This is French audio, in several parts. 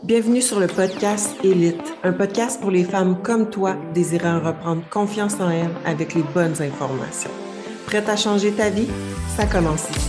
Bienvenue sur le podcast Élite, un podcast pour les femmes comme toi désirant reprendre confiance en elles avec les bonnes informations. Prête à changer ta vie? Ça commence ici.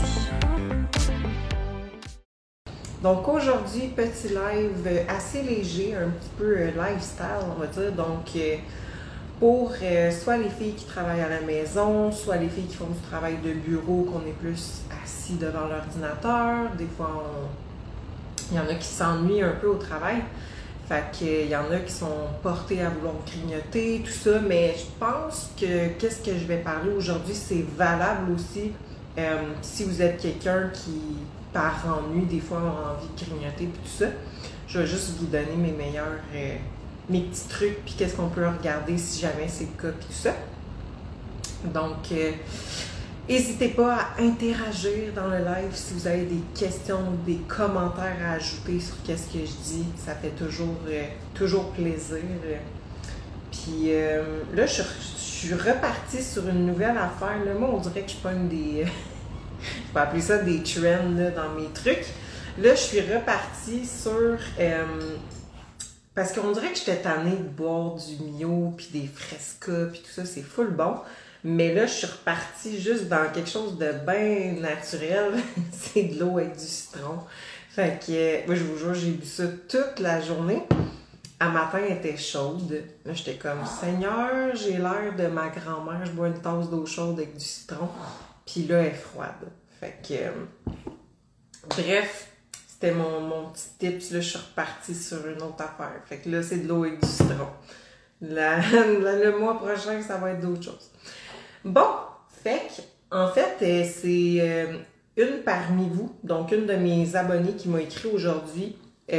Donc aujourd'hui, petit live assez léger, un petit peu lifestyle, on va dire. Donc pour soit les filles qui travaillent à la maison, soit les filles qui font du travail de bureau, qu'on est plus assis devant l'ordinateur. Des fois, il y en a qui s'ennuient un peu au travail. Fait qu'il y en a qui sont portés à vouloir grignoter, tout ça. Mais je pense que qu'est-ce que je vais parler aujourd'hui, c'est valable aussi si vous êtes quelqu'un qui, par ennui, des fois a envie de grignoter, puis tout ça. Je vais juste vous donner mes meilleurs, mes petits trucs, puis qu'est-ce qu'on peut regarder si jamais c'est le cas, puis tout ça. Donc, n'hésitez pas à interagir dans le live si vous avez des questions, des commentaires à ajouter sur qu'est-ce que je dis. Ça fait toujours plaisir. Puis là, je suis repartie sur une nouvelle affaire. Là. Moi, on dirait que je pogne des... je peux appeler ça des trends là, dans mes trucs. Là, je suis repartie sur... parce qu'on dirait que j'étais tannée de boire du Mio, puis des Fresca, puis tout ça. C'est full bon. Mais là, je suis repartie juste dans quelque chose de bien naturel. C'est de l'eau avec du citron. Fait que, moi, je vous jure, j'ai bu ça toute la journée. À matin, elle était chaude. Là, j'étais comme, Seigneur, j'ai l'air de ma grand-mère. Je bois une tasse d'eau chaude avec du citron. Puis là, elle est froide. Fait que, bref, c'était mon petit tips. Là, je suis repartie sur une autre affaire. Fait que là, c'est de l'eau avec du citron. Le mois prochain, ça va être d'autres choses. Bon, en fait, c'est une parmi vous, donc une de mes abonnées qui m'a écrit aujourd'hui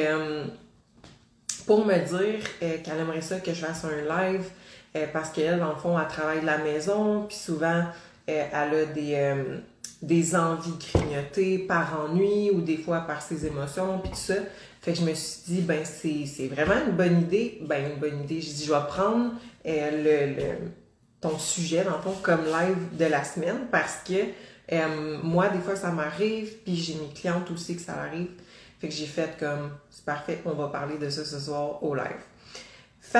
pour me dire qu'elle aimerait ça que je fasse un live parce qu'elle, dans le fond, elle travaille de la maison, puis souvent, elle a des envies de grignoter par ennui ou des fois par ses émotions, puis tout ça. Fait que je me suis dit, ben c'est vraiment une bonne idée. Ben, une bonne idée. J'ai dit, je vais prendre ton sujet, dans le fond, comme live de la semaine parce que moi, des fois, ça m'arrive, puis j'ai mes clientes aussi que ça arrive. Fait que j'ai fait comme, c'est parfait, on va parler de ça ce soir au live. Fait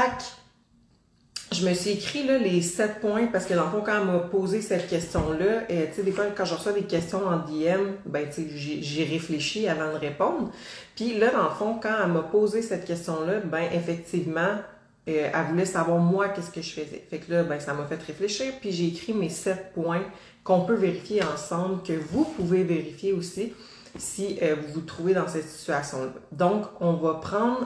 que je me suis écrit là, les 7 points parce que dans le fond, quand elle m'a posé cette question-là, tu sais, des fois, quand je reçois des questions en DM, ben, tu sais, j'ai réfléchi avant de répondre. Puis là, dans le fond, quand elle m'a posé cette question-là, ben, effectivement, elle voulait savoir moi qu'est-ce que je faisais. Fait que là, ben, ça m'a fait réfléchir, puis j'ai écrit mes 7 points qu'on peut vérifier ensemble, que vous pouvez vérifier aussi si vous vous trouvez dans cette situation-là. Donc, on va prendre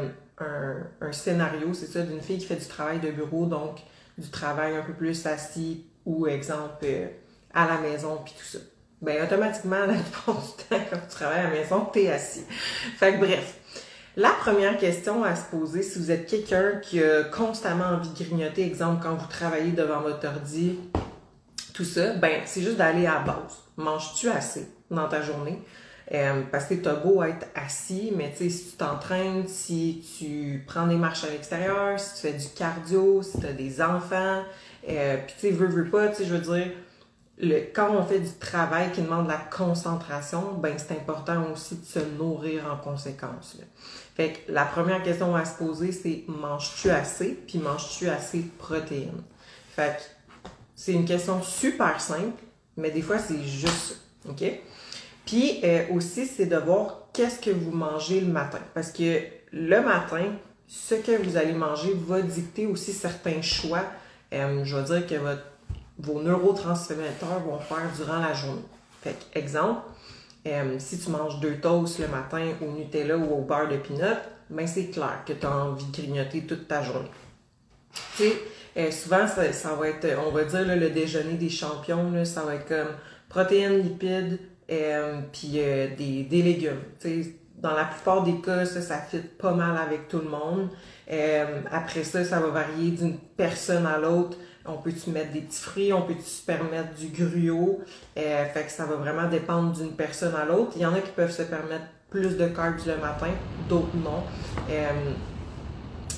un scénario, c'est ça, d'une fille qui fait du travail de bureau, donc du travail un peu plus assis ou, exemple, à la maison, puis tout ça. Ben, automatiquement, la plupart du temps, quand tu travailles à la maison, t'es assis. Fait que bref. La première question à se poser, si vous êtes quelqu'un qui a constamment envie de grignoter, exemple, quand vous travaillez devant votre ordi, tout ça, ben, c'est juste d'aller à la base. Manges-tu assez dans ta journée? Parce que t'as beau être assis, mais tu sais, si tu t'entraînes, si tu prends des marches à l'extérieur, si tu fais du cardio, si tu as des enfants, puis tu sais, veux pas, tu sais, je veux dire, quand on fait du travail qui demande de la concentration, ben c'est important aussi de se nourrir en conséquence. Là. Fait que la première question à se poser, c'est manges-tu assez? Puis manges-tu assez de protéines? Fait que c'est une question super simple, mais des fois c'est juste ça, OK? Puis aussi, c'est de voir qu'est-ce que vous mangez le matin. Parce que le matin, ce que vous allez manger va dicter aussi certains choix. Je vais dire que vos neurotransmetteurs vont faire durant la journée. Fait que, exemple, si tu manges 2 toasts le matin au Nutella ou au beurre de peanut, ben c'est clair que tu as envie de grignoter toute ta journée. Tu sais, souvent, ça va être, on va dire, là, le déjeuner des champions, là, ça va être comme protéines, lipides, puis des légumes. Tu sais, dans la plupart des cas, ça fit pas mal avec tout le monde. Après ça, ça va varier d'une personne à l'autre. On peut-tu mettre des petits fruits, on peut-tu se permettre du gruau. Fait que ça va vraiment dépendre d'une personne à l'autre. Il y en a qui peuvent se permettre plus de carbs le matin, d'autres non.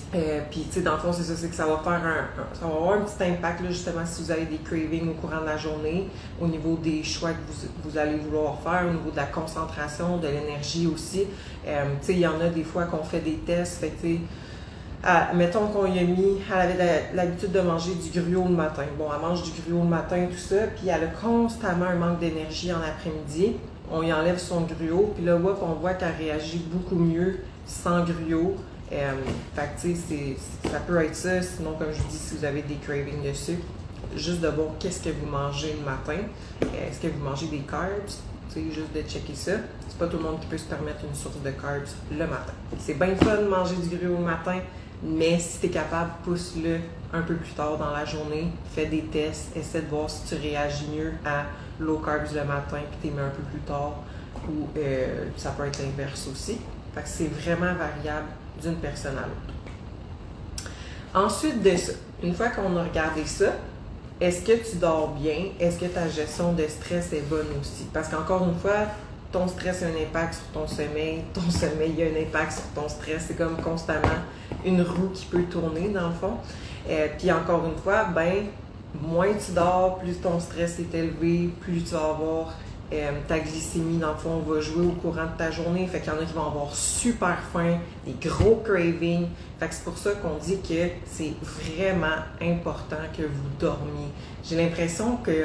Puis, tu sais, dans le fond, c'est ça, c'est que ça va faire ça va avoir un petit impact, là, justement, si vous avez des cravings au courant de la journée, au niveau des choix que vous allez vouloir faire, au niveau de la concentration, de l'énergie aussi. Tu sais, il y en a des fois qu'on fait des tests, fait que, tu sais, mettons qu'on y a mis, elle avait l'habitude de manger du gruau le matin. Bon, elle mange du gruau le matin, tout ça, puis elle a constamment un manque d'énergie en après-midi. On y enlève son gruau, puis là, hop, on voit qu'elle réagit beaucoup mieux sans gruau. Fait que, tu sais, ça peut être ça. Sinon, comme je vous dis, si vous avez des cravings de sucre, juste de voir qu'est-ce que vous mangez le matin. Est-ce que vous mangez des carbs? Tu sais, juste de checker ça. C'est pas tout le monde qui peut se permettre une source de carbs le matin. C'est bien fun de manger du gruau le matin, mais si tu es capable, pousse-le un peu plus tard dans la journée. Fais des tests. Essaie de voir si tu réagis mieux à low carbs le matin, puis tu les mets un peu plus tard. Ou ça peut être l'inverse aussi. Fait que c'est vraiment variable d'une personne à l'autre. Ensuite de ça, une fois qu'on a regardé ça, est-ce que tu dors bien? Est-ce que ta gestion de stress est bonne aussi? Parce qu'encore une fois, ton stress a un impact sur ton sommeil a un impact sur ton stress. C'est comme constamment une roue qui peut tourner dans le fond. Puis encore une fois, ben moins tu dors, plus ton stress est élevé, plus tu vas avoir ta glycémie, dans le fond, va jouer au courant de ta journée. Fait qu'il y en a qui vont avoir super faim, des gros cravings. Fait que c'est pour ça qu'on dit que c'est vraiment important que vous dormiez. J'ai l'impression que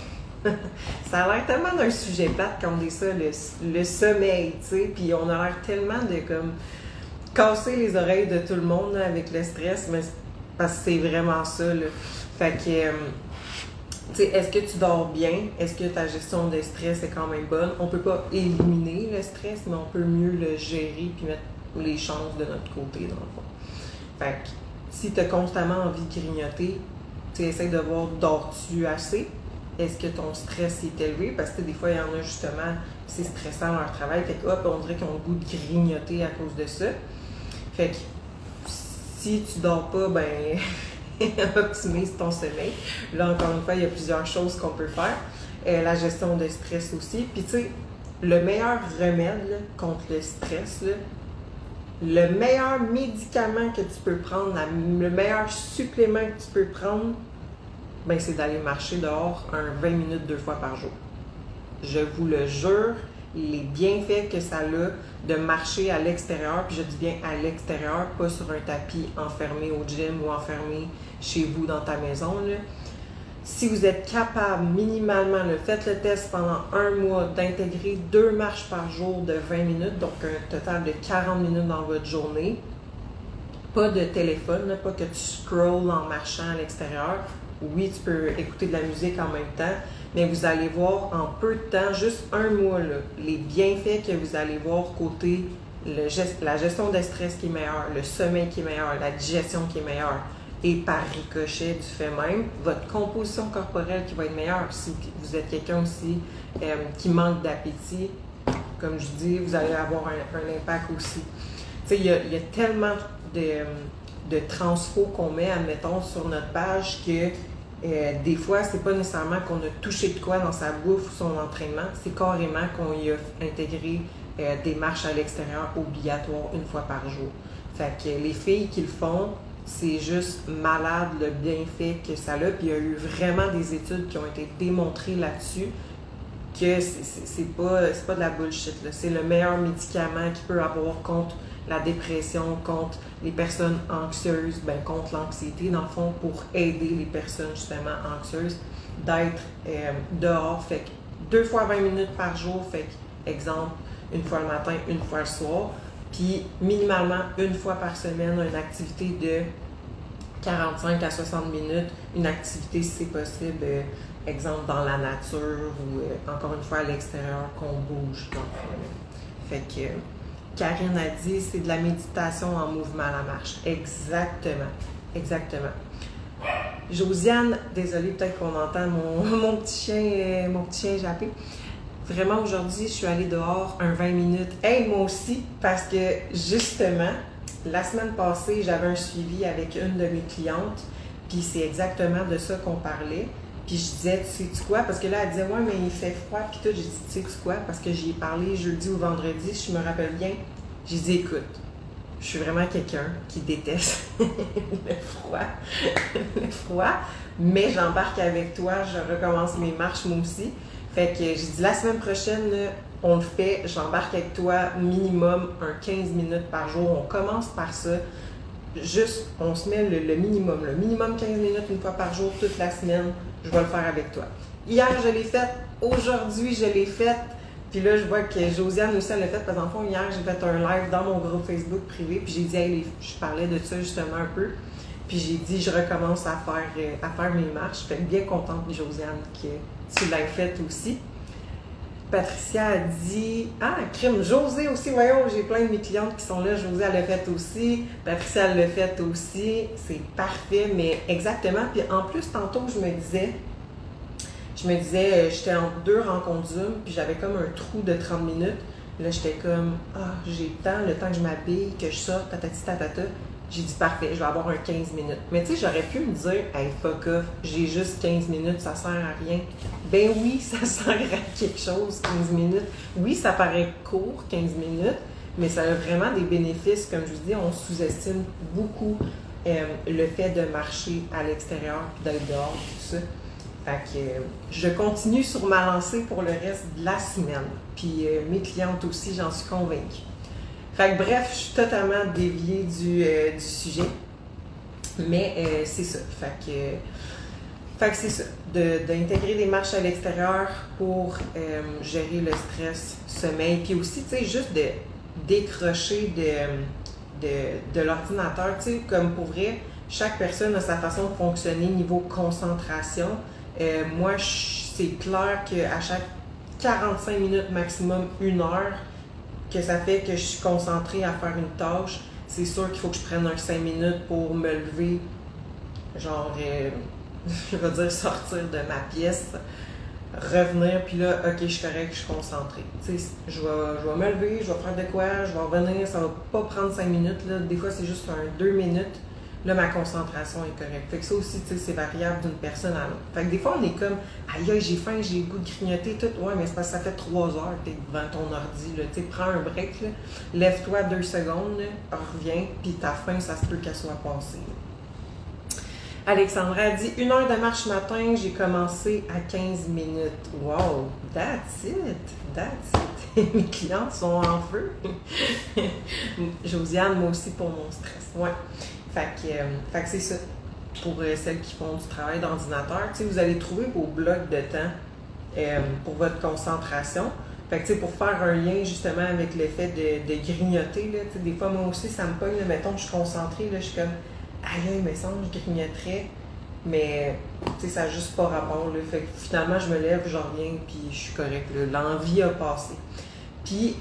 ça a l'air tellement d'un sujet plate quand on dit ça, le sommeil, tu sais. Puis on a l'air tellement de comme casser les oreilles de tout le monde là, avec le stress, mais parce que c'est vraiment ça, là. Fait que tu sais, est-ce que tu dors bien? Est-ce que ta gestion de stress est quand même bonne? On peut pas éliminer le stress, mais on peut mieux le gérer puis mettre les chances de notre côté, dans le fond. Fait que si tu as constamment envie de grignoter, tu essaies de voir, dors-tu assez? Est-ce que ton stress est élevé? Parce que des fois, il y en a justement, c'est stressant leur travail, fait que hop, on dirait qu'ils ont le goût de grignoter à cause de ça. Fait que si tu dors pas, ben optimise ton sommeil. Là, encore une fois, il y a plusieurs choses qu'on peut faire. La gestion de stress aussi. Puis, tu sais, le meilleur remède là, contre le stress, là, le meilleur médicament que tu peux prendre, le meilleur supplément que tu peux prendre, ben, c'est d'aller marcher dehors 20 minutes 2 fois par jour. Je vous le jure, les bienfaits que ça a de marcher à l'extérieur, puis je dis bien à l'extérieur, pas sur un tapis enfermé au gym ou enfermé chez vous dans ta maison. Là. Si vous êtes capable minimalement, faites le test pendant 1 mois d'intégrer 2 marches par jour de 20 minutes, donc un total de 40 minutes dans votre journée. Pas de téléphone, là, pas que tu scrolles en marchant à l'extérieur. Oui, tu peux écouter de la musique en même temps, mais vous allez voir en peu de temps, juste 1 mois, là, les bienfaits que vous allez voir côté la gestion de stress qui est meilleure, le sommeil qui est meilleur, la digestion qui est meilleure. Et par ricochet du fait même, votre composition corporelle qui va être meilleure. Si vous êtes quelqu'un aussi qui manque d'appétit, comme je dis, vous allez avoir un impact aussi. Tu sais, il y a tellement de transfos qu'on met, admettons, sur notre page que des fois, c'est pas nécessairement qu'on a touché de quoi dans sa bouffe ou son entraînement, c'est carrément qu'on y a intégré des marches à l'extérieur obligatoires 1 fois par jour. Fait que les filles qui le font, c'est juste malade le bienfait que ça a. Puis il y a eu vraiment des études qui ont été démontrées là-dessus que c'est pas de la bullshit. C'est le meilleur médicament qu'il peut avoir contre la dépression, contre les personnes anxieuses, ben contre l'anxiété, dans le fond, pour aider les personnes justement anxieuses d'être dehors. Fait que 2 fois 20 minutes par jour, fait que, exemple, 1 fois le matin, 1 fois le soir. Puis, minimalement, 1 fois par semaine, une activité de 45 à 60 minutes. Une activité, si c'est possible, exemple, dans la nature ou, encore une fois, à l'extérieur, qu'on bouge. Donc, fait que, Karine a dit, c'est de la méditation en mouvement à la marche. Exactement. Exactement. Josiane, désolée, peut-être qu'on entend mon petit chien jappé. Vraiment, aujourd'hui, je suis allée dehors 20 minutes. Hey, moi aussi, parce que justement, la semaine passée, j'avais un suivi avec une de mes clientes, puis c'est exactement de ça qu'on parlait. Puis je disais, tu sais-tu quoi? Parce que là, elle disait, ouais, mais il fait froid, puis tout. J'ai dit, tu sais-tu quoi? Parce que j'y ai parlé jeudi ou vendredi, si je me rappelle bien. J'ai dit, écoute, je suis vraiment quelqu'un qui déteste le froid. Le froid. Mais j'embarque avec toi, je recommence mes marches moi aussi. Fait que j'ai dit la semaine prochaine, là, on le fait, j'embarque avec toi minimum un 15 minutes par jour. On commence par ça. Juste, on se met le minimum. Le minimum 15 minutes une fois par jour, toute la semaine. Je vais le faire avec toi. Hier, je l'ai fait. Aujourd'hui, je l'ai fait. Puis là, je vois que Josiane aussi, elle l'a fait. Parce qu'en fond, hier, j'ai fait un live dans mon groupe Facebook privé. Puis j'ai dit, hey, je parlais de ça justement un peu. Puis j'ai dit, je recommence à faire mes marches. Je suis bien contente, Josiane, que tu l'aies faite aussi. Patricia a dit, ah, crime, José aussi, voyons, j'ai plein de mes clientes qui sont là. José, elle l'a fait aussi. Patricia, elle l'a fait aussi. C'est parfait, mais exactement. Puis en plus, tantôt, je me disais, j'étais en 2 rencontres Zoom, puis j'avais comme un trou de 30 minutes. Là, j'étais comme, ah, j'ai le temps que je m'habille, que je sorte, tatati tatata. J'ai dit, parfait, je vais avoir un 15 minutes. Mais tu sais, j'aurais pu me dire, hey, fuck off, j'ai juste 15 minutes, ça sert à rien. Ben oui, ça sert à quelque chose, 15 minutes. Oui, ça paraît court, 15 minutes, mais ça a vraiment des bénéfices. Comme je vous dis, on sous-estime beaucoup le fait de marcher à l'extérieur, puis d'être dehors, tout ça. Fait que je continue sur ma lancée pour le reste de la semaine. Puis mes clientes aussi, j'en suis convaincue. Fait que bref, je suis totalement déviée du sujet. Mais c'est ça. Fait que c'est ça. D'intégrer des marches à l'extérieur pour gérer le stress, sommeil. Puis aussi, tu sais, juste de décrocher de l'ordinateur. Tu sais, comme pour vrai, chaque personne a sa façon de fonctionner niveau concentration. Moi, c'est clair qu'à chaque 45 minutes maximum, 1 heure, que ça fait que je suis concentrée à faire une tâche, c'est sûr qu'il faut que je prenne un 5 minutes pour me lever, genre, je vais dire sortir de ma pièce, revenir, puis là, ok, je suis correcte, je suis concentrée. Tu sais, je vais me lever, je vais faire de quoi, je vais revenir, ça va pas prendre 5 minutes, là. Des fois, c'est juste un 2 minutes. Là, ma concentration est correcte. Fait que ça aussi, tu sais, c'est variable d'une personne à l'autre. Fait que des fois, on est comme, aïe, j'ai faim, j'ai le goût de grignoter, tout. Ouais, mais c'est parce que ça fait 3 heures que t'es devant ton ordi, là. Tu sais, prends un break, là. Lève-toi 2 secondes, là, reviens, puis ta faim, ça se peut qu'elle soit passée, là. Alexandra a dit, 1 heure de marche matin, j'ai commencé à 15 minutes. Wow, that's it, that's it. Mes clientes sont en feu. Josiane, moi aussi pour mon stress. Ouais. Fait que c'est ça. Pour celles qui font du travail d'ordinateur, tu sais, vous allez trouver vos blocs de temps pour votre concentration. Fait que, tu sais, pour faire un lien justement avec le fait de grignoter, là, tu sais, des fois, moi aussi, ça me pogne, là, mettons, je suis concentrée, là, je suis comme, aïe, il me semble que je grignoterais, mais, tu sais, ça n'a juste pas rapport, là. Fait que finalement, je me lève, je reviens, puis je suis correcte, là. L'envie a passé. Puis,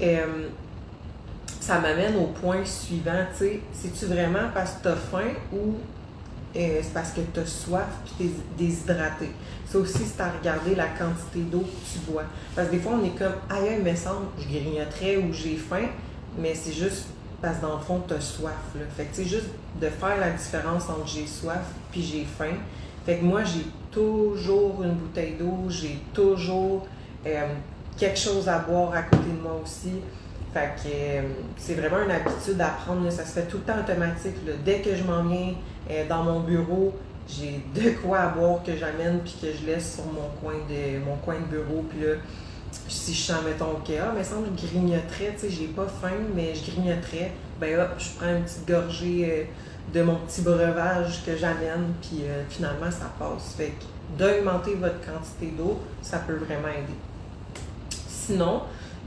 ça m'amène au point suivant, tu sais, c'est-tu vraiment parce que tu as faim ou c'est parce que tu as soif et tu es déshydraté? Ça aussi, c'est à regarder la quantité d'eau que tu bois. Parce que des fois, on est comme, aïe, il me semble, je grignoterais ou j'ai faim, mais c'est juste parce que dans le fond, tu as soif, là. Fait que, tu sais, juste de faire la différence entre j'ai soif puis j'ai faim. Fait que moi, j'ai toujours une bouteille d'eau, j'ai toujours quelque chose à boire à côté de moi aussi. Fait que c'est vraiment une habitude à prendre, là. Ça se fait tout le temps automatique, là. Dès que je m'en viens dans mon bureau, j'ai de quoi à boire que j'amène puis que je laisse sur mon coin de bureau. Puis là, si je sens, mettons, ok, mais il semble que je grignoterais, tu sais, j'ai pas faim, mais je grignoterais, ben hop, je prends une petite gorgée de mon petit breuvage que j'amène, puis finalement, ça passe. Fait que d'augmenter votre quantité d'eau, ça peut vraiment aider. Sinon,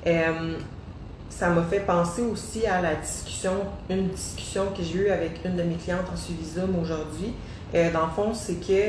ça m'a fait penser aussi à une discussion que j'ai eue avec une de mes clientes en suivi Zoom aujourd'hui. Dans le fond, c'est que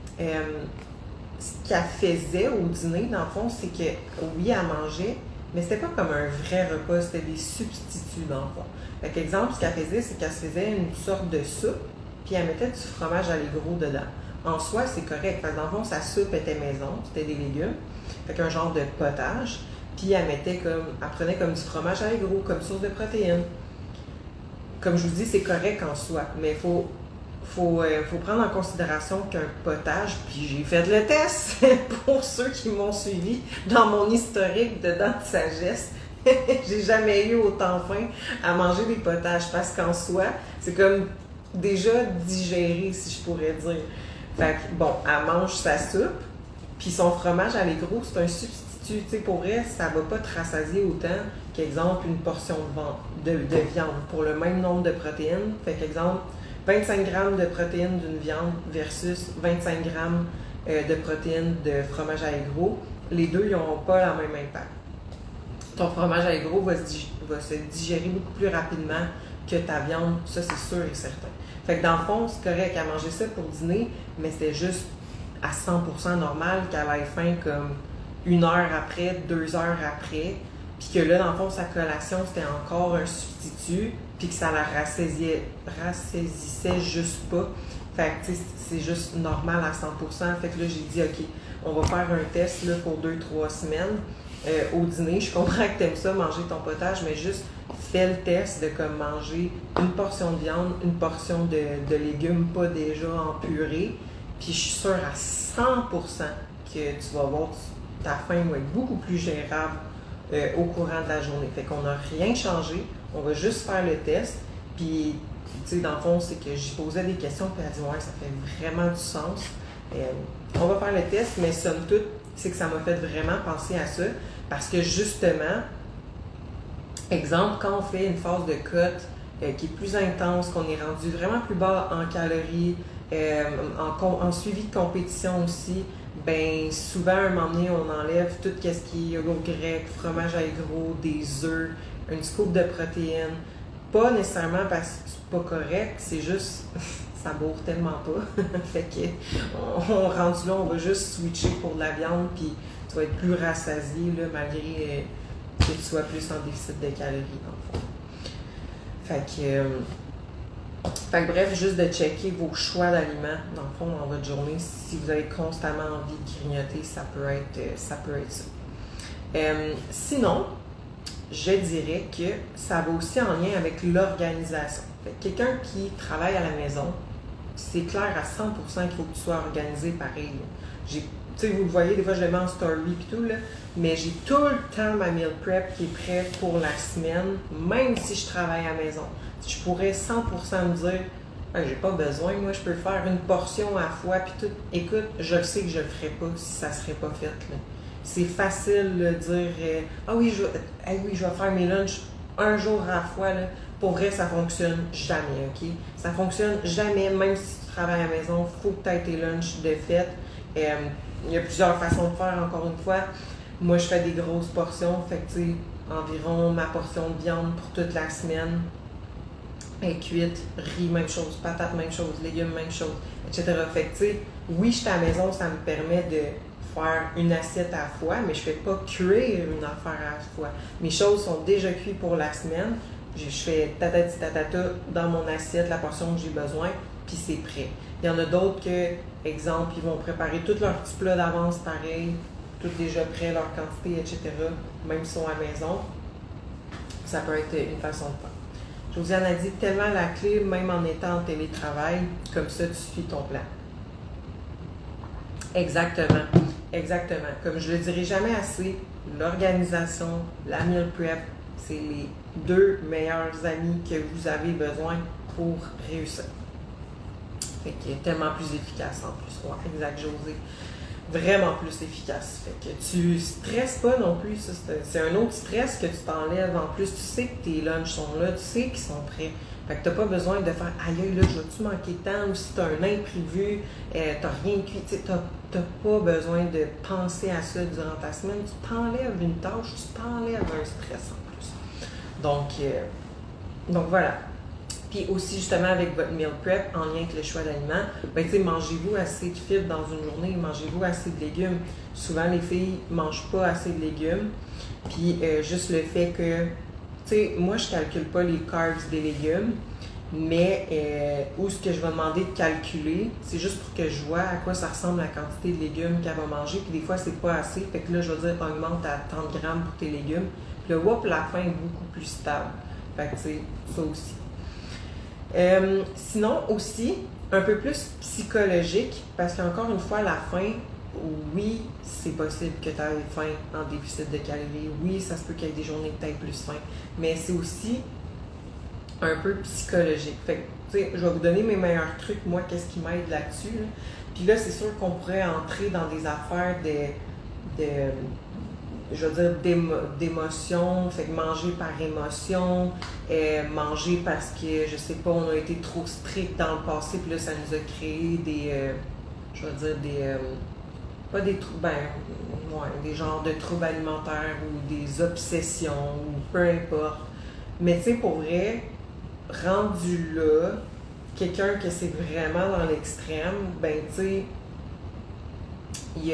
ce qu'elle faisait au dîner, dans le fond, c'est que oui, elle mangeait, mais c'était pas comme un vrai repas, c'était des substituts, dans le fond. Fait qu'exemple, ce qu'elle faisait, c'est qu'elle se faisait une sorte de soupe, puis elle mettait du fromage allégro dedans. En soi, c'est correct, parce que dans le fond, sa soupe était maison, c'était des légumes, fait qu'un genre de potage. Puis elle prenait comme du fromage allégro, comme source de protéines. Comme je vous dis, c'est correct en soi, mais il faut prendre en considération qu'un potage, puis j'ai fait le test pour ceux qui m'ont suivi dans mon historique de dents de sagesse, J'ai jamais eu autant faim à manger des potages parce qu'en soi, c'est comme déjà digéré, si je pourrais dire. Fait que, bon, elle mange sa soupe, puis son fromage à l'égros, c'est un substitut. Tu sais, pour vrai, ça va pas te rassasier autant qu'exemple une portion de viande pour le même nombre de protéines. Fait qu'exemple, 25 grammes de protéines d'une viande versus 25 grammes de protéines de fromage à l'égros. Les deux, ils n'auront pas la même impact. Ton fromage à l'égros va se digérer beaucoup plus rapidement que ta viande, ça c'est sûr et certain. Fait que dans le fond, c'est correct à manger ça pour dîner, mais c'est juste à 100% normal qu'elle ait faim comme 1 heure après, 2 heures après, puis que là, dans le fond, sa collation, c'était encore un substitut, puis que ça la rassaisissait juste pas. Fait que, tu sais, c'est juste normal à 100%. Fait que là, j'ai dit, OK, on va faire un test là, pour 2-3 semaines au dîner. Je comprends que tu aimes ça, manger ton potage, mais juste fais le test de comme manger une portion de viande, une portion de légumes, pas déjà en purée. Puis je suis sûre à 100% que tu vas voir ta faim va être beaucoup plus gérable au courant de la journée. Fait qu'on n'a rien changé, on va juste faire le test. Puis, tu sais, dans le fond, c'est que j'y posais des questions, puis elle a dit « Ouais, ça fait vraiment du sens. » On va faire le test, mais somme toute, c'est que ça m'a fait vraiment penser à ça, parce que justement, exemple, quand on fait une phase de cut qui est plus intense, qu'on est rendu vraiment plus bas en calories, en suivi de compétition aussi, ben souvent, à un moment donné, on enlève tout ce qui est yogourt grec, fromage à gros, des œufs, une scoop de protéines. Pas nécessairement parce que c'est pas correct, c'est juste, ça bourre tellement pas. Fait que, on rendu là, on va juste switcher pour de la viande, puis tu vas être plus rassasié, là, malgré que tu sois plus en déficit de calories, dans le fond. Fait que bref, juste de checker vos choix d'aliments, dans le fond, dans votre journée. Si vous avez constamment envie de grignoter, ça peut être ça. Sinon, je dirais que ça va aussi en lien avec l'organisation. Quelqu'un qui travaille à la maison, c'est clair à 100% qu'il faut que tu sois organisé pareil. Tu sais, vous le voyez, des fois je le mets en story et tout, là, mais j'ai tout le temps ma meal prep qui est prête pour la semaine, même si je travaille à la maison. Je pourrais 100% me dire hey, j'ai pas besoin, moi je peux faire une portion à la fois puis tout. Écoute, je le sais que je le ferais pas si ça serait pas fait. Là. C'est facile de dire ah oui, je vais faire mes lunchs un jour à la fois. Là. Pour vrai, ça fonctionne jamais, OK? Ça fonctionne jamais, même si tu travailles à la maison, il faut que tu aies tes lunchs de fête. Il y a plusieurs façons de faire, encore une fois. Moi, je fais des grosses portions, fait que tu sais, environ ma portion de viande pour toute la semaine. est cuite, riz, même chose, patates, même chose, légumes, même chose, etc. Fait que, tu sais, oui, je suis à la maison, ça me permet de faire une assiette à la fois, mais je ne fais pas cuire une affaire à la fois. Mes choses sont déjà cuites pour la semaine. Je fais tatati tatata dans mon assiette, la portion que j'ai besoin, puis c'est prêt. Il y en a d'autres que, exemple, ils vont préparer tous leurs petits plats d'avance pareil, tout déjà prêt, leur quantité, etc., même s'ils sont à la maison. Ça peut être une façon de faire. Josiane a dit tellement la clé, même en étant en télétravail, comme ça tu suis ton plan. Exactement, exactement. Comme je le dirai jamais assez, l'organisation, la meal prep, c'est les deux meilleurs amis que vous avez besoin pour réussir. Fait qu'il est tellement plus efficace en plus. Ouais, exact, José. Vraiment plus efficace. Fait que tu stresses pas non plus. C'est un autre stress que tu t'enlèves en plus. Tu sais que tes lunchs sont là, tu sais qu'ils sont prêts. Fait que t'as pas besoin de faire aïe là, je vais-tu manquer de temps ou si t'as un imprévu, t'as rien cuit. T'as pas besoin de penser à ça durant ta semaine. Tu t'enlèves une tâche, tu t'enlèves un stress en plus. Donc voilà. Puis aussi, justement, avec votre meal prep, en lien avec le choix d'aliments, ben, tu sais, mangez-vous assez de fibres dans une journée, mangez-vous assez de légumes. Souvent, les filles ne mangent pas assez de légumes. Puis, juste le fait que, tu sais, moi, je ne calcule pas les carbs des légumes, mais où ce que je vais demander de calculer, c'est juste pour que je vois à quoi ça ressemble la quantité de légumes qu'elle va manger. Puis, des fois, c'est pas assez. Fait que là, je vais dire, augmente à 30 grammes pour tes légumes. Puis, le whoop, la faim est beaucoup plus stable. Fait que, tu sais, ça aussi. Sinon aussi, un peu plus psychologique, parce qu'encore une fois, la faim, oui, c'est possible que tu aies faim en déficit de calories. Oui, ça se peut qu'il y ait des journées que tu aies plus faim. Mais c'est aussi un peu psychologique. Fait que, tu sais, je vais vous donner mes meilleurs trucs, moi, qu'est-ce qui m'aide là-dessus. Là. Puis là, c'est sûr qu'on pourrait entrer dans des affaires je veux dire, d'émotion, fait que manger par émotion, manger parce que, je sais pas, on a été trop strict dans le passé, puis là, ça nous a créé je veux dire, pas des troubles, des genres de troubles alimentaires ou des obsessions, ou peu importe. Mais tu sais, pour vrai, rendu là, quelqu'un que c'est vraiment dans l'extrême, ben tu sais, il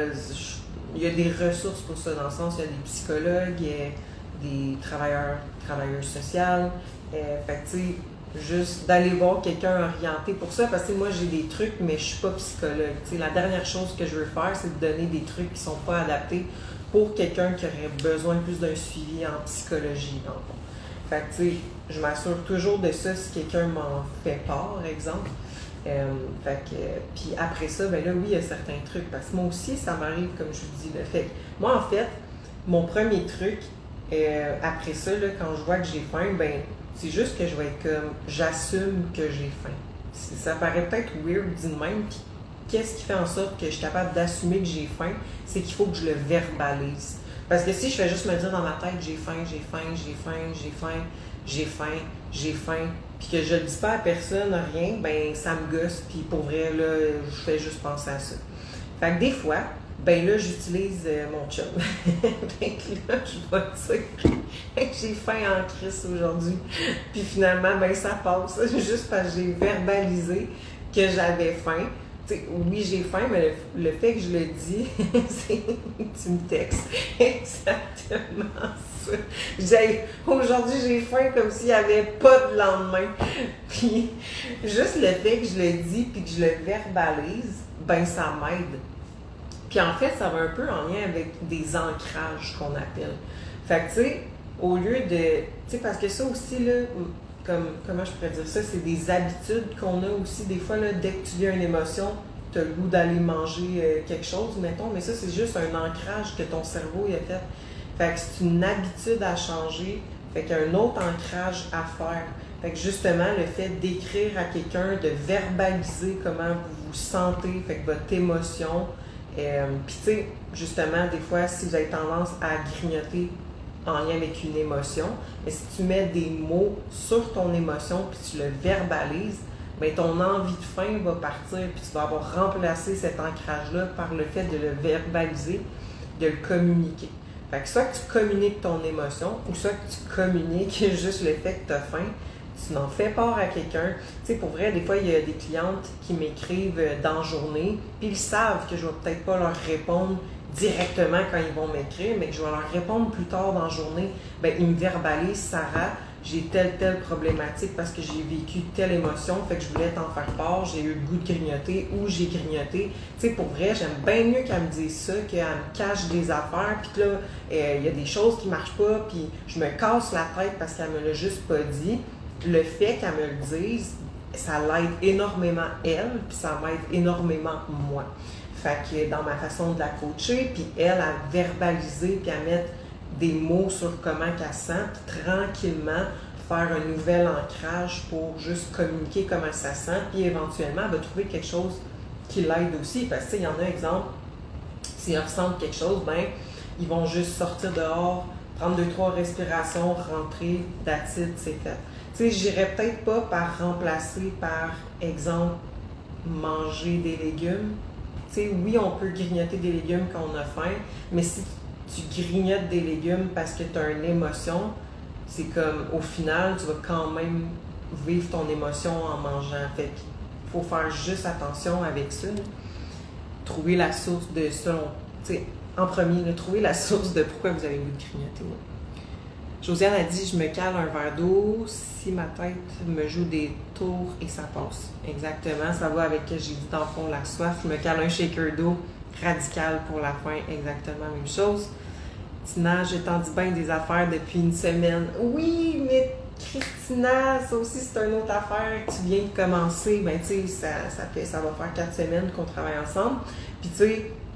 y a des ressources pour ça, dans le sens, il y a des psychologues, il y a des travailleurs sociaux. Fait que, tu sais, juste d'aller voir quelqu'un orienté pour ça, parce que moi, j'ai des trucs, mais je suis pas psychologue. Tu sais, la dernière chose que je veux faire, c'est de donner des trucs qui sont pas adaptés pour quelqu'un qui aurait besoin plus d'un suivi en psychologie, dans le fond. Fait que, tu sais, je m'assure toujours de ça si quelqu'un m'en fait part, par exemple. Puis après ça, ben là, oui, il y a certains trucs. Parce que moi aussi, ça m'arrive, comme je vous dis, le fait. Moi, en fait, mon premier truc, après ça, là, quand je vois que j'ai faim, ben, c'est juste que je vais être comme, j'assume que j'ai faim. Ça paraît peut-être weird dit de même. Puis qu'est-ce qui fait en sorte que je suis capable d'assumer que j'ai faim? C'est qu'il faut que je le verbalise. Parce que si je fais juste me dire dans ma tête, j'ai faim, j'ai faim, j'ai faim, j'ai faim, j'ai faim, j'ai faim, puis que je le dis pas à personne, rien, ben ça me gosse, puis pour vrai, là, je fais juste penser à ça. Fait que des fois, ben là, j'utilise mon chum. Fait que là, je vais dire j'ai faim en crise aujourd'hui. Puis finalement, ben ça passe, juste parce que j'ai verbalisé que j'avais faim. T'sais, oui, j'ai faim, mais le fait que je le dis, c'est tu me textes. Exactement ça. Aujourd'hui, j'ai faim comme s'il n'y avait pas de lendemain. Puis, juste le fait que je le dis puis que je le verbalise, ben ça m'aide. Puis en fait, ça va un peu en lien avec des ancrages qu'on appelle. Fait que, tu sais, au lieu de... Tu sais, parce que ça aussi, là... comment je pourrais dire ça, c'est des habitudes qu'on a aussi. Des fois, là, dès que tu vis une émotion, tu as le goût d'aller manger quelque chose, mettons, mais ça, c'est juste un ancrage que ton cerveau il a fait. Fait que c'est une habitude à changer, fait qu'il y a un autre ancrage à faire. Fait que justement, le fait d'écrire à quelqu'un, de verbaliser comment vous vous sentez, fait que votre émotion, puis tu sais, justement, des fois, si vous avez tendance à grignoter en lien avec une émotion, mais si tu mets des mots sur ton émotion puis tu le verbalises, bien, ton envie de faim va partir puis tu vas avoir remplacé cet ancrage-là par le fait de le verbaliser, de le communiquer. Fait que soit que tu communiques ton émotion ou soit que tu communiques juste le fait que tu as faim, tu n'en fais part à quelqu'un. Tu sais, pour vrai, des fois, il y a des clientes qui m'écrivent dans la journée puis ils savent que je ne vais peut-être pas leur répondre directement quand ils vont m'écrire, mais que je vais leur répondre plus tard dans la journée, ben ils me verbalisent, Sarah, j'ai telle problématique parce que j'ai vécu telle émotion, fait que je voulais t'en faire part, j'ai eu le goût de grignoter ou j'ai grignoté. Tu sais, pour vrai, j'aime bien mieux qu'elle me dise ça, qu'elle me cache des affaires, puis que là, il y a des choses qui marchent pas, puis je me casse la tête parce qu'elle me l'a juste pas dit. Le fait qu'elle me le dise, ça l'aide énormément elle, puis ça m'aide énormément moi. Fait que dans ma façon de la coacher, puis elle a verbalisé, puis à mettre des mots sur comment qu'elle sent, puis tranquillement faire un nouvel ancrage pour juste communiquer comment ça sent, puis éventuellement, elle va trouver quelque chose qui l'aide aussi. Parce que, il y en a, exemple, s'ils ressentent quelque chose, ben ils vont juste sortir dehors, prendre 2-3 respirations, rentrer, that's it, c'est fait. Tu sais, j'irais peut-être pas par remplacer par, exemple, manger des légumes. Tu sais, oui, on peut grignoter des légumes quand on a faim, mais si tu grignotes des légumes parce que tu as une émotion, c'est comme, au final, tu vas quand même vivre ton émotion en mangeant. Fait qu'il faut faire juste attention avec ça. Trouver la source de ça. Tu sais, en premier, trouver la source de pourquoi vous avez le goût de grignoter. Ouais. Josiane a dit, je me cale un verre d'eau si ma tête me joue des tours et ça passe. Exactement, ça va avec ce que j'ai dit dans le fond, la soif. Je me cale un shaker d'eau radical pour la faim, exactement la même chose. Tina, je t'en dis bien des affaires depuis une semaine. Oui, mais Christina, ça aussi c'est une autre affaire. Tu viens de commencer, ben tu sais, ça va faire 4 semaines qu'on travaille ensemble. Puis tu sais,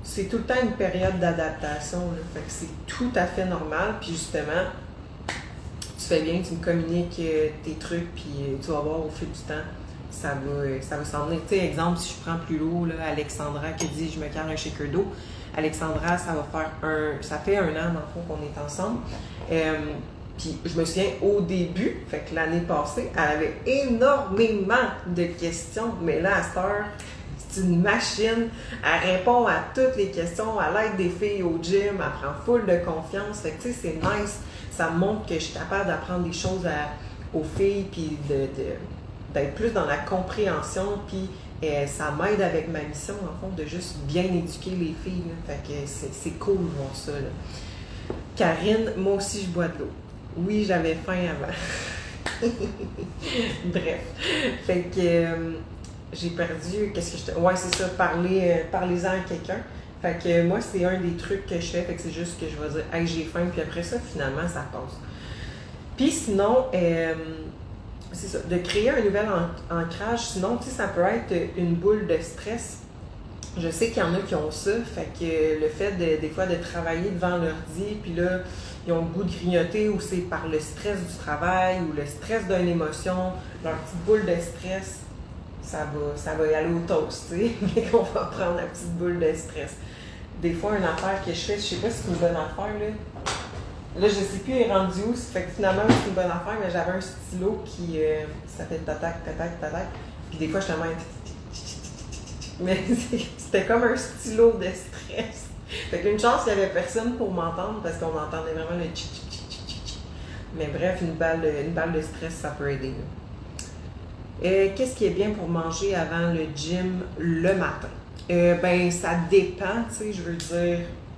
c'est tout le temps une période d'adaptation, là. Fait que c'est tout à fait normal. Puis justement, tu fais bien, tu me communiques tes trucs, puis tu vas voir au fil du temps, ça va s'en venir. Tu sais, exemple, si je prends plus lourd, là, Alexandra qui dit je me carre un shaker d'eau. Alexandra, ça fait un an dans le fond qu'on est ensemble. Puis je me souviens au début, fait que l'année passée, elle avait énormément de questions, mais là, à cette heure, c'est une machine. Elle répond à toutes les questions, elle aide des filles au gym, elle prend full de confiance. Fait que tu sais, c'est nice. Ça me montre que je suis capable d'apprendre des choses aux filles, puis d'être plus dans la compréhension, puis ça m'aide avec ma mission, en fond, de juste bien éduquer les filles. Là. Fait que c'est cool de voir ça. Là. Karine, moi aussi, je bois de l'eau. Oui, j'avais faim avant. Bref. Fait que j'ai perdu. Qu'est-ce que je te. Ouais, c'est ça, parlez-en à quelqu'un. Fait que moi, c'est un des trucs que je fais. Fait que c'est juste que je vais dire, hey, j'ai faim, puis après ça, finalement, ça passe. Puis sinon, c'est ça, de créer un nouvel ancrage. Sinon, tu sais, ça peut être une boule de stress. Je sais qu'il y en a qui ont ça. Fait que le fait des fois de travailler devant l'ordi, puis là, ils ont le goût de grignoter ou c'est par le stress du travail ou le stress d'une émotion, leur petite boule de stress, ça va y aller au toast, tu sais, mais qu'on va prendre la petite boule de stress. Des fois, une affaire que je fais, je sais pas si c'est une bonne affaire, là. Là, je sais plus, il est rendu où, fait que finalement, c'est une bonne affaire, mais j'avais un stylo qui, ça fait tatac, tatac, tatac, puis des fois, je te mets mais c'était comme un stylo de stress. Fait qu'une chance qu'il n'y avait personne pour m'entendre parce qu'on entendait vraiment le tchic tchic tchic tchic tchic. Mais bref, une balle de stress, ça peut aider. Qu'est-ce qui est bien pour manger avant le gym le matin? Ben, ça dépend, tu sais, je veux dire.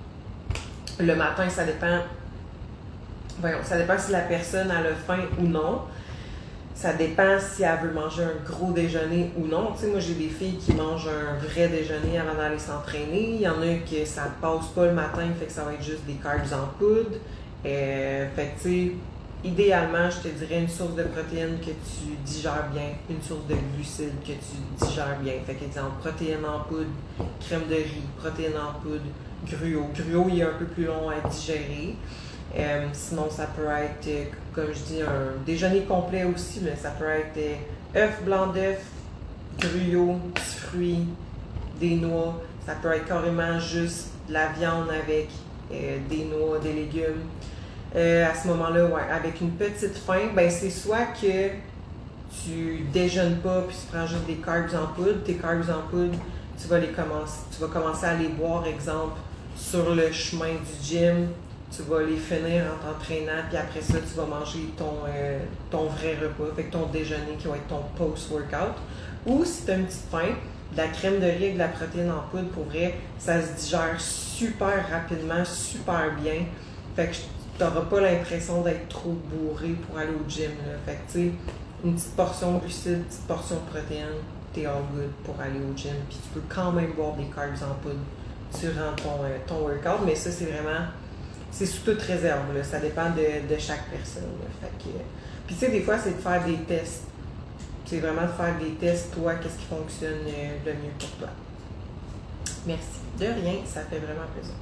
Le matin, ça dépend. Voyons, ça dépend si la personne a le faim ou non. Ça dépend si elle veut manger un gros déjeuner ou non. Tu sais, moi, j'ai des filles qui mangent un vrai déjeuner avant d'aller s'entraîner. Il y en a que ça passe pas le matin, fait que ça va être juste des carbs en poudre. Fait que, tu sais, idéalement, je te dirais une source de protéines que tu digères bien, une source de glucides que tu digères bien. Fait qu'exemple, protéines en poudre, crème de riz, protéines en poudre, gruau. Gruau, il est un peu plus long à digérer. Sinon, ça peut être, comme je dis, un déjeuner complet aussi, mais ça peut être œufs, blanc d'œuf, gruau, petits fruits, des noix. Ça peut être carrément juste de la viande avec des noix, des légumes. À ce moment-là, ouais, avec une petite faim, ben c'est soit que tu déjeunes pas puis tu prends juste des carbs en poudre. Tes carbs en poudre, tu vas commencer à les boire, exemple, sur le chemin du gym. Tu vas les finir en t'entraînant, puis après ça, tu vas manger ton vrai repas, fait que ton déjeuner qui va être ton post-workout. Ou si tu as une petite faim, de la crème de riz avec de la protéine en poudre, pour vrai, ça se digère super rapidement, super bien. Fait que tu n'auras pas l'impression d'être trop bourré pour aller au gym. Là. Fait que tu sais, une petite portion de glucides, une petite portion de protéines, t'es all good pour aller au gym. Puis tu peux quand même boire des carbs en poudre durant ton workout, mais ça, c'est vraiment... C'est sous toute réserve, là. Ça dépend de chaque personne. Fait que, puis tu sais, des fois, c'est de faire des tests. C'est vraiment de faire des tests, toi, qu'est-ce qui fonctionne le mieux pour toi. Merci. De rien, ça fait vraiment plaisir.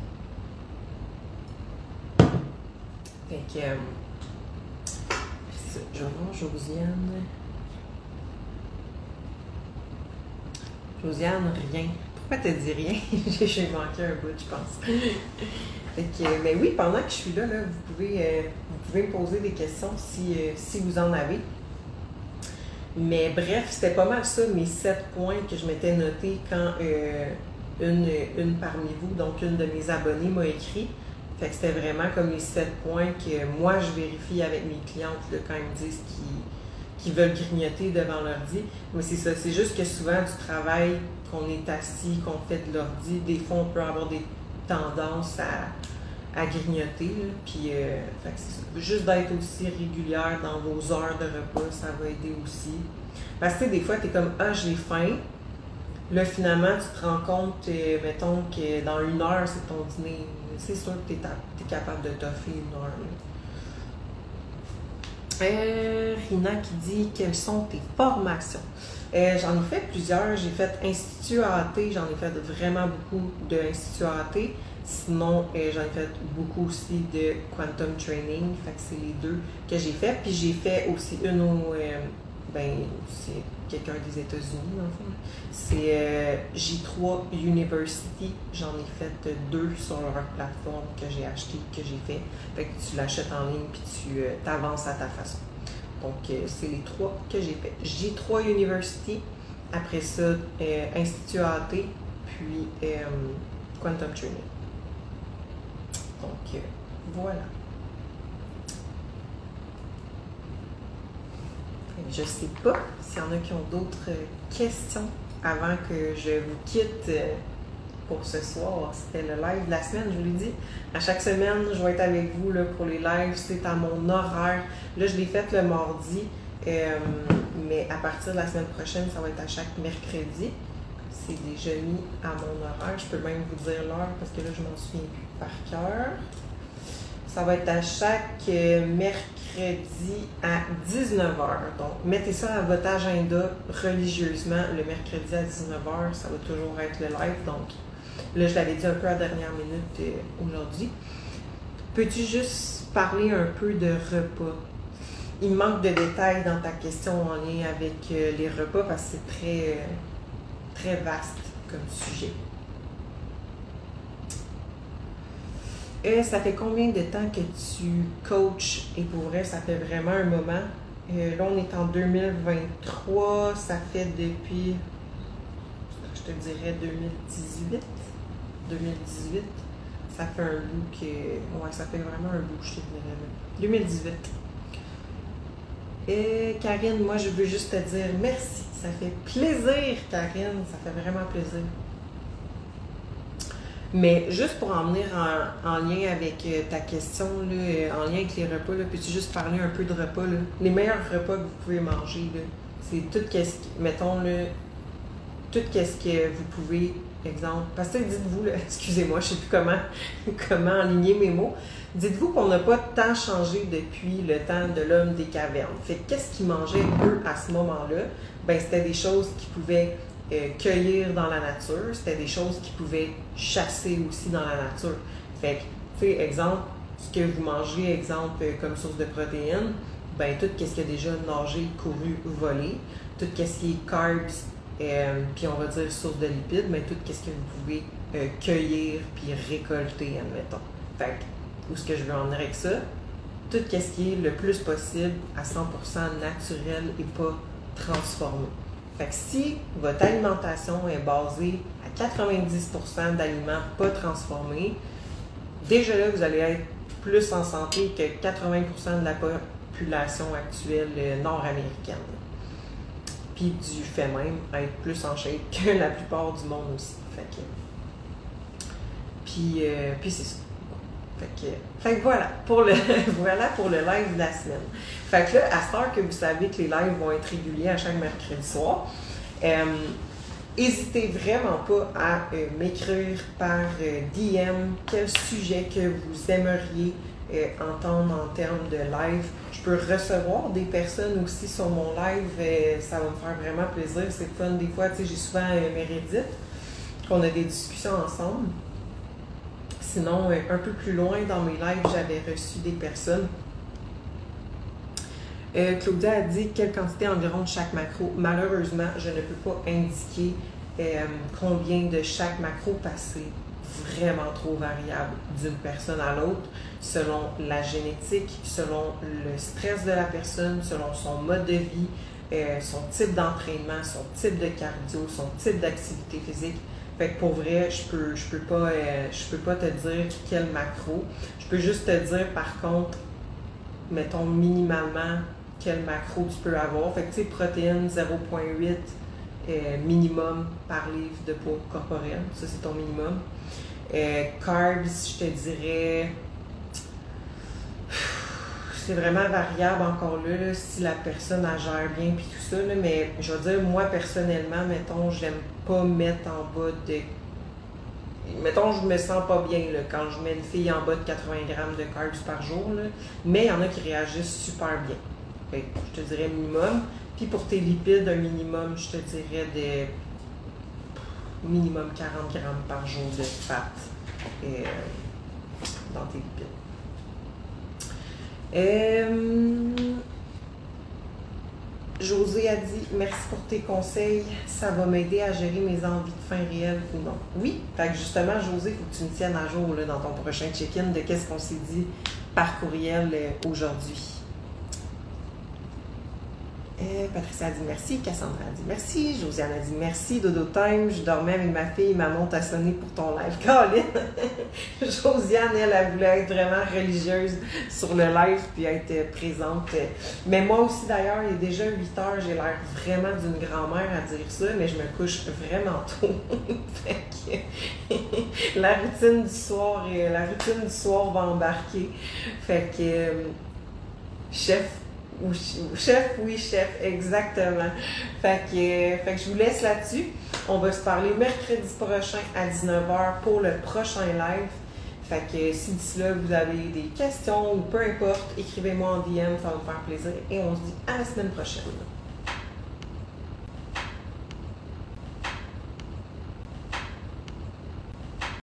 Fait que, c'est ça. Je vais voir Josiane. Josiane, rien. Pourquoi t'as dit rien? J'ai manqué un bout, je pense. Fait que, mais oui, pendant que je suis là, vous pouvez me poser des questions si vous en avez. Mais bref, c'était pas mal ça, mes 7 points que je m'étais notés quand une parmi vous, donc une de mes abonnées, m'a écrit. Fait que c'était vraiment comme les 7 points que moi, je vérifie avec mes clientes là, quand ils me disent qu'ils veulent grignoter devant l'ordi. Mais c'est ça, c'est juste que souvent, du travail, qu'on est assis, qu'on fait de l'ordi, des fois, on peut avoir des tendance à grignoter. Là. Puis, fait que c'est ça. Juste d'être aussi régulière dans vos heures de repas, ça va aider aussi. Parce que des fois, tu es comme, ah, j'ai faim. Là, finalement, tu te rends compte, mettons, que dans 1 heure, c'est ton dîner. C'est sûr que tu es capable de t'offrir 1 heure. Là. Rina qui dit quelles sont tes formations? J'en ai fait plusieurs. J'ai fait Institut AAT, j'en ai fait vraiment beaucoup de Institut AAT. Sinon, j'en ai fait beaucoup aussi de Quantum Training. Fait que c'est les deux que j'ai fait. Puis j'ai fait aussi une au. C'est quelqu'un des États-Unis, dans le fond. C'est J3 University. J'en ai fait deux sur leur plateforme que j'ai acheté, que j'ai fait. Fait que tu l'achètes en ligne puis tu t'avances à ta façon. Donc, c'est les trois que j'ai fait. J3 University, après ça, Institut AAT, puis Quantum Training. Donc, voilà. Je sais pas s'il y en a qui ont d'autres questions avant que je vous quitte pour ce soir. C'était le live de la semaine, je vous l'ai dit. À chaque semaine, je vais être avec vous là, pour les lives. C'est à mon horaire. Là, je l'ai fait le mardi, mais à partir de la semaine prochaine, ça va être à chaque mercredi. C'est déjà mis à mon horaire. Je peux même vous dire l'heure parce que là, je m'en souviens plus par cœur. Ça va être à chaque mercredi à 19h. Donc, mettez ça à votre agenda religieusement. Le mercredi à 19h, ça va toujours être le live. Donc, là, je l'avais dit un peu à la dernière minute aujourd'hui. Peux-tu juste parler un peu de repas? Il manque de détails dans ta question en lien avec les repas parce que c'est très, très vaste comme sujet. Ça fait combien de temps que tu coaches? Et pour vrai, ça fait vraiment un moment. Là, on est en 2023. Ça fait depuis, je te dirais, 2018. 2018. Ça fait un bout que... Ouais, ça fait vraiment un bout, je te dirais. 2018. Et Karine, moi, je veux juste te dire merci. Ça fait plaisir, Karine. Ça fait vraiment plaisir. Mais juste pour en venir en lien avec ta question, là, en lien avec les repas, peux-tu juste parler un peu de repas? Là? Les meilleurs repas que vous pouvez manger, c'est tout ce que, mettons, là, tout ce que vous pouvez, exemple, parce que dites-vous, là, excusez-moi, je ne sais plus comment aligner mes mots, dites-vous qu'on n'a pas tant changé depuis le temps de l'homme des cavernes. Fait que qu'est-ce qu'ils mangeaient, eux, à ce moment-là? Ben, c'était des choses qui pouvaient cueillir dans la nature, c'était des choses qui pouvaient chasser aussi dans la nature. Fait que, tu sais, exemple, ce que vous mangez, exemple, comme source de protéines, ben tout ce qui a déjà nagé, couru, volé, tout ce qui est carbs, puis on va dire source de lipides, mais tout ce que vous pouvez cueillir puis récolter, admettons. Fait que, où est-ce que je veux en venir avec ça? Tout ce qui est le plus possible à 100% naturel et pas transformé. Fait que si votre alimentation est basée à 90% d'aliments pas transformés, déjà là, vous allez être plus en santé que 80% de la population actuelle nord-américaine. Puis du fait même, être plus en shape que la plupart du monde aussi. Fait que, puis c'est ça. Fait que voilà pour le voilà pour le live de la semaine. Fait que là, à cette heure que vous savez que les lives vont être réguliers à chaque mercredi soir, n'hésitez vraiment pas à m'écrire par DM quel sujet que vous aimeriez entendre en termes de live. Je peux recevoir des personnes aussi sur mon live, ça va me faire vraiment plaisir, c'est fun. Des fois, tu sais, j'ai souvent Meredith, qu'on a des discussions ensemble. Sinon, un peu plus loin dans mes lives, j'avais reçu des personnes. Claudia a dit quelle quantité environ de chaque macro. Malheureusement, je ne peux pas indiquer combien de chaque macro parce que c'est vraiment trop variable d'une personne à l'autre, selon la génétique, selon le stress de la personne, selon son mode de vie, son type d'entraînement, son type de cardio, son type d'activité physique. Fait que pour vrai, je peux pas te dire quel macro. Je peux juste te dire par contre, mettons minimalement quel macro tu peux avoir. Fait que tu sais, protéines 0,8 minimum par livre de poids corporel. Ça, c'est ton minimum. Carbs, je te dirais, c'est vraiment variable encore là, si la personne elle gère bien puis tout ça, là, mais je veux dire, moi personnellement, mettons, j'aime pas mettre en bas de... Mettons, je me sens pas bien là, quand je mets une fille en bas de 80 grammes de carbs par jour, là, mais il y en a qui réagissent super bien. Fait que je te dirais minimum. Puis pour tes lipides, un minimum, je te dirais de minimum 40 grammes par jour de fat dans tes lipides. José a dit « Merci pour tes conseils, ça va m'aider à gérer mes envies de faim réelles ou non. » Oui, fait que justement, José, il faut que tu me tiennes à jour là, dans ton prochain check-in de qu'est-ce qu'on s'est dit par courriel aujourd'hui. Patricia a dit merci, Cassandra a dit merci, Josiane a dit merci, Dodo Time, je dormais avec ma fille, ma montre a sonné pour ton live. Caroline, Josiane, elle voulait être vraiment religieuse sur le live puis être présente. Mais moi aussi d'ailleurs, il est déjà 8 heures, j'ai l'air vraiment d'une grand-mère à dire ça, mais je me couche vraiment tôt. Fait que la routine du soir va embarquer. Fait que chef, oui, chef, exactement. Fait que je vous laisse là-dessus. On va se parler mercredi prochain à 19h pour le prochain live. Fait que si d'ici là, vous avez des questions ou peu importe, écrivez-moi en DM, ça va me faire plaisir. Et on se dit à la semaine prochaine.